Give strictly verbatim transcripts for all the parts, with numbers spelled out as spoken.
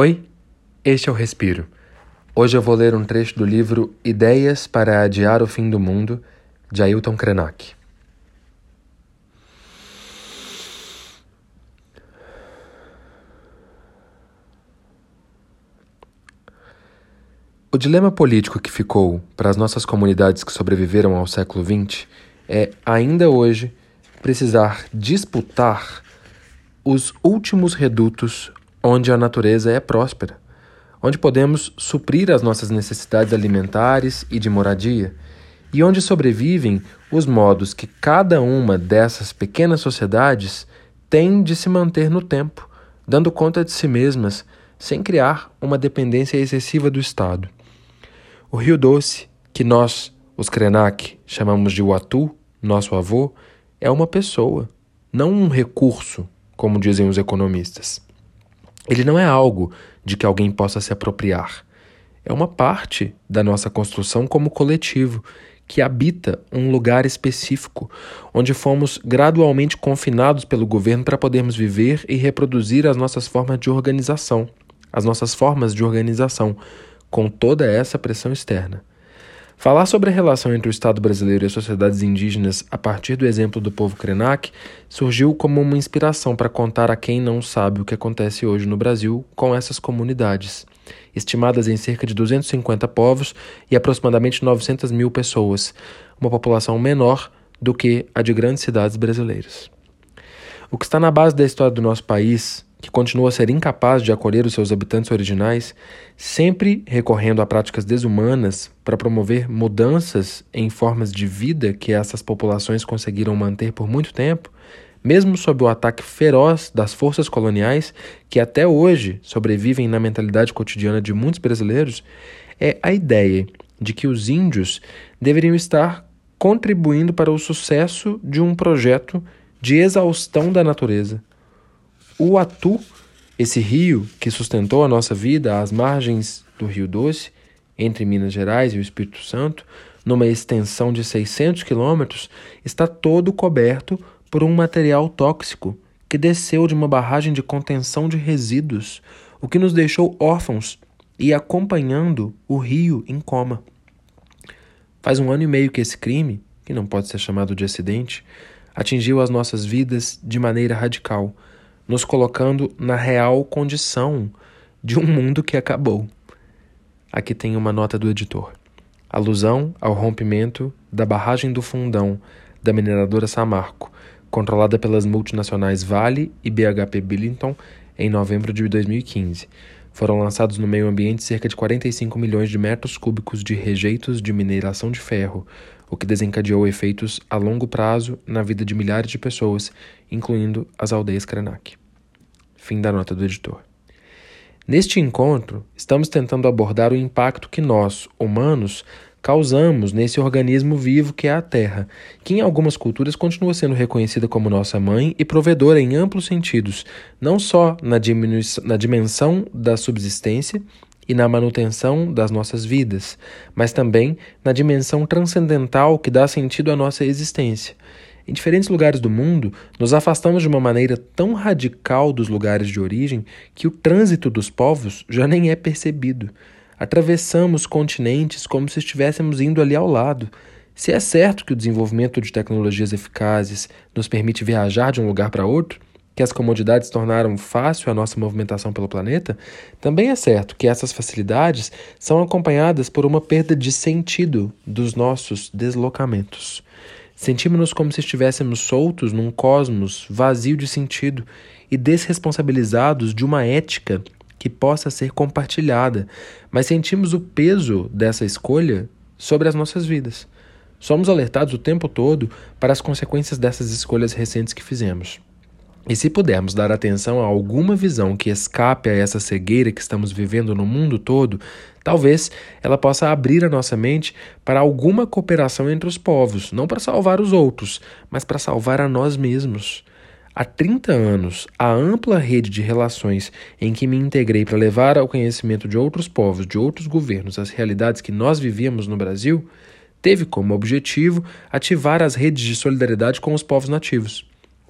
Oi, este é o Respiro. Hoje eu vou ler um trecho do livro Ideias para Adiar o Fim do Mundo, de Ailton Krenak. O dilema político que ficou para as nossas comunidades que sobreviveram ao século vinte é, ainda hoje, precisar disputar os últimos redutos onde a natureza é próspera, onde podemos suprir as nossas necessidades alimentares e de moradia, e onde sobrevivem os modos que cada uma dessas pequenas sociedades tem de se manter no tempo, dando conta de si mesmas, sem criar uma dependência excessiva do Estado. O Rio Doce, que nós, os Krenak, chamamos de Uatu, nosso avô, é uma pessoa, não um recurso, como dizem os economistas. Ele não é algo de que alguém possa se apropriar. É uma parte da nossa construção como coletivo, que habita um lugar específico, onde fomos gradualmente confinados pelo governo para podermos viver e reproduzir as nossas formas de organização, as nossas formas de organização, com toda essa pressão externa. Falar sobre a relação entre o Estado brasileiro e as sociedades indígenas a partir do exemplo do povo Krenak surgiu como uma inspiração para contar a quem não sabe o que acontece hoje no Brasil com essas comunidades, estimadas em cerca de duzentos e cinquenta povos e aproximadamente novecentas mil pessoas, uma população menor do que a de grandes cidades brasileiras. O que está na base da história do nosso país, que continua a ser incapaz de acolher os seus habitantes originais, sempre recorrendo a práticas desumanas para promover mudanças em formas de vida que essas populações conseguiram manter por muito tempo, mesmo sob o ataque feroz das forças coloniais que até hoje sobrevivem na mentalidade cotidiana de muitos brasileiros, é a ideia de que os índios deveriam estar contribuindo para o sucesso de um projeto de exaustão da natureza. O Uatu, esse rio que sustentou a nossa vida às margens do Rio Doce, entre Minas Gerais e o Espírito Santo, numa extensão de seiscentos quilômetros, está todo coberto por um material tóxico que desceu de uma barragem de contenção de resíduos, o que nos deixou órfãos e acompanhando o rio em coma. Faz um ano e meio que esse crime, que não pode ser chamado de acidente, atingiu as nossas vidas de maneira radical, nos colocando na real condição de um mundo que acabou. Aqui tem uma nota do editor. Alusão ao rompimento da barragem do Fundão da mineradora Samarco, controlada pelas multinacionais Vale e B H P Billiton em novembro de dois mil e quinze. Foram lançados no meio ambiente cerca de quarenta e cinco milhões de metros cúbicos de rejeitos de mineração de ferro, o que desencadeou efeitos a longo prazo na vida de milhares de pessoas, incluindo as aldeias Krenak. Fim da nota do editor. Neste encontro, estamos tentando abordar o impacto que nós, humanos, causamos nesse organismo vivo que é a Terra, que em algumas culturas continua sendo reconhecida como nossa mãe e provedora em amplos sentidos, não só na, na dimensão da subsistência e na manutenção das nossas vidas, mas também na dimensão transcendental que dá sentido à nossa existência. Em diferentes lugares do mundo, nos afastamos de uma maneira tão radical dos lugares de origem que o trânsito dos povos já nem é percebido. Atravessamos continentes como se estivéssemos indo ali ao lado. Se é certo que o desenvolvimento de tecnologias eficazes nos permite viajar de um lugar para outro, que as comodidades tornaram fácil a nossa movimentação pelo planeta, também é certo que essas facilidades são acompanhadas por uma perda de sentido dos nossos deslocamentos. Sentimos-nos como se estivéssemos soltos num cosmos vazio de sentido e desresponsabilizados de uma ética que possa ser compartilhada, mas sentimos o peso dessa escolha sobre as nossas vidas. Somos alertados o tempo todo para as consequências dessas escolhas recentes que fizemos. E se pudermos dar atenção a alguma visão que escape a essa cegueira que estamos vivendo no mundo todo, talvez ela possa abrir a nossa mente para alguma cooperação entre os povos, não para salvar os outros, mas para salvar a nós mesmos. Há trinta anos, a ampla rede de relações em que me integrei para levar ao conhecimento de outros povos, de outros governos, as realidades que nós vivíamos no Brasil, teve como objetivo ativar as redes de solidariedade com os povos nativos.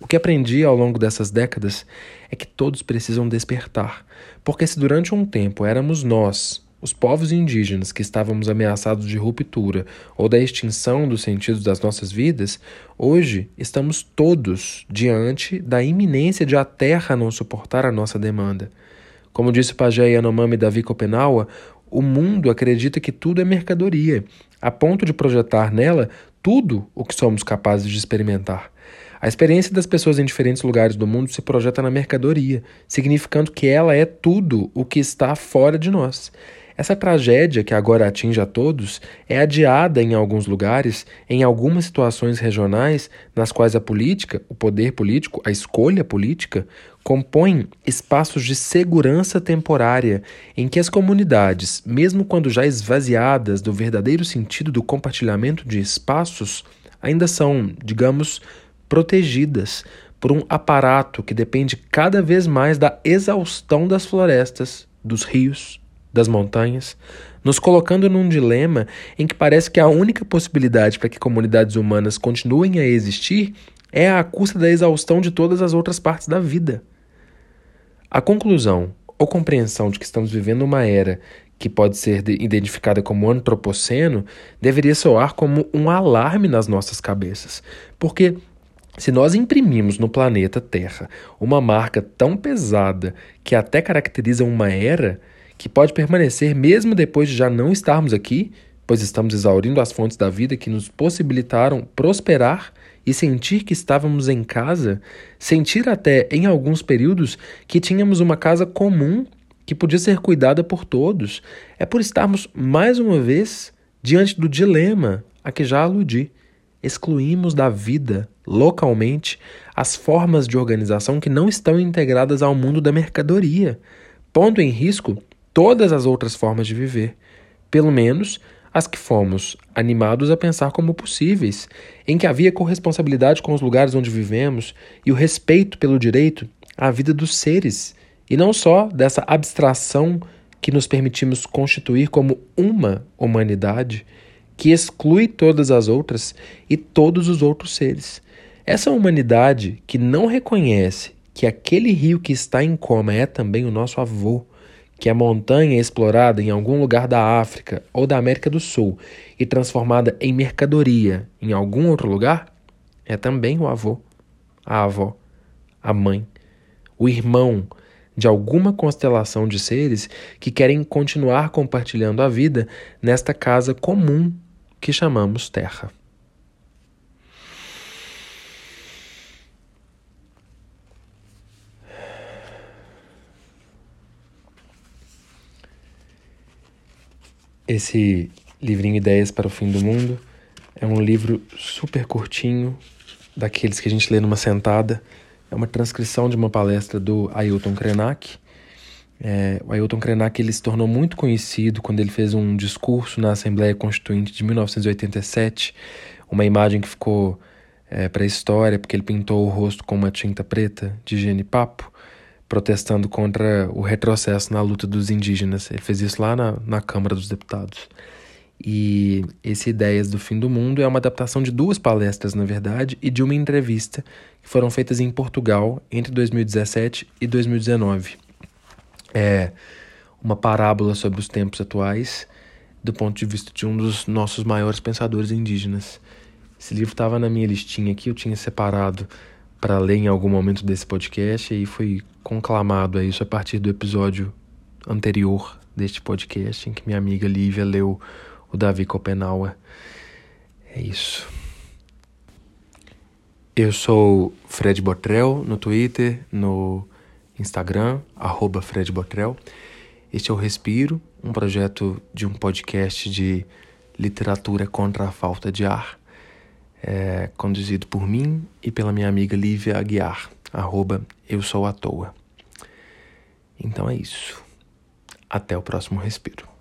O que aprendi ao longo dessas décadas é que todos precisam despertar, porque se durante um tempo éramos nós, os povos indígenas, que estávamos ameaçados de ruptura ou da extinção dos sentidos das nossas vidas, hoje estamos todos diante da iminência de a Terra não suportar a nossa demanda. Como disse o pajé Yanomami Davi Copenaua, o mundo acredita que tudo é mercadoria, a ponto de projetar nela tudo o que somos capazes de experimentar. A experiência das pessoas em diferentes lugares do mundo se projeta na mercadoria, significando que ela é tudo o que está fora de nós. Essa tragédia, que agora atinge a todos, é adiada em alguns lugares, em algumas situações regionais, nas quais a política, o poder político, a escolha política, compõem espaços de segurança temporária, em que as comunidades, mesmo quando já esvaziadas do verdadeiro sentido do compartilhamento de espaços, ainda são, digamos, protegidas por um aparato que depende cada vez mais da exaustão das florestas, dos rios, das montanhas, nos colocando num dilema em que parece que a única possibilidade para que comunidades humanas continuem a existir é à custa da exaustão de todas as outras partes da vida. A conclusão ou compreensão de que estamos vivendo uma era que pode ser identificada como antropoceno deveria soar como um alarme nas nossas cabeças, porque se nós imprimimos no planeta Terra uma marca tão pesada que até caracteriza uma era que pode permanecer mesmo depois de já não estarmos aqui, pois estamos exaurindo as fontes da vida que nos possibilitaram prosperar e sentir que estávamos em casa, sentir até, em alguns períodos, que tínhamos uma casa comum que podia ser cuidada por todos, é por estarmos, mais uma vez, diante do dilema a que já aludi. Excluímos da vida, localmente, as formas de organização que não estão integradas ao mundo da mercadoria, pondo em risco todas as outras formas de viver, pelo menos as que fomos animados a pensar como possíveis, em que havia corresponsabilidade com os lugares onde vivemos e o respeito pelo direito à vida dos seres, e não só dessa abstração que nos permitimos constituir como uma humanidade que exclui todas as outras e todos os outros seres. Essa humanidade que não reconhece que aquele rio que está em coma é também o nosso avô, que a montanha é explorada em algum lugar da África ou da América do Sul e transformada em mercadoria em algum outro lugar, é também o avô, a avó, a mãe, o irmão de alguma constelação de seres que querem continuar compartilhando a vida nesta casa comum que chamamos Terra. Esse livrinho Ideias para o Fim do Mundo é um livro super curtinho, daqueles que a gente lê numa sentada. É uma transcrição de uma palestra do Ailton Krenak. É, o Ailton Krenak ele se tornou muito conhecido quando ele fez um discurso na Assembleia Constituinte de mil novecentos e oitenta e sete, uma imagem que ficou é, para a história, porque ele pintou o rosto com uma tinta preta de genipapo, protestando contra o retrocesso na luta dos indígenas. Ele fez isso lá na, na Câmara dos Deputados. E esse Ideias do Fim do Mundo é uma adaptação de duas palestras, na verdade, e de uma entrevista que foram feitas em Portugal entre dois mil e dezessete e dois mil e dezenove. É uma parábola sobre os tempos atuais do ponto de vista de um dos nossos maiores pensadores indígenas. Esse livro estava na minha listinha aqui, eu tinha separado para ler em algum momento desse podcast, e aí foi conclamado a isso a partir do episódio anterior deste podcast, em que minha amiga Lívia leu o Davi Copenaua. É isso. Eu sou Fred Botrel no Twitter, no Instagram, arroba Fred Botrel. Este é o Respiro, um projeto de um podcast de literatura contra a falta de ar, é, conduzido por mim e pela minha amiga Lívia Aguiar, arroba Eu Sou à Toa. Então é isso. Até o próximo Respiro.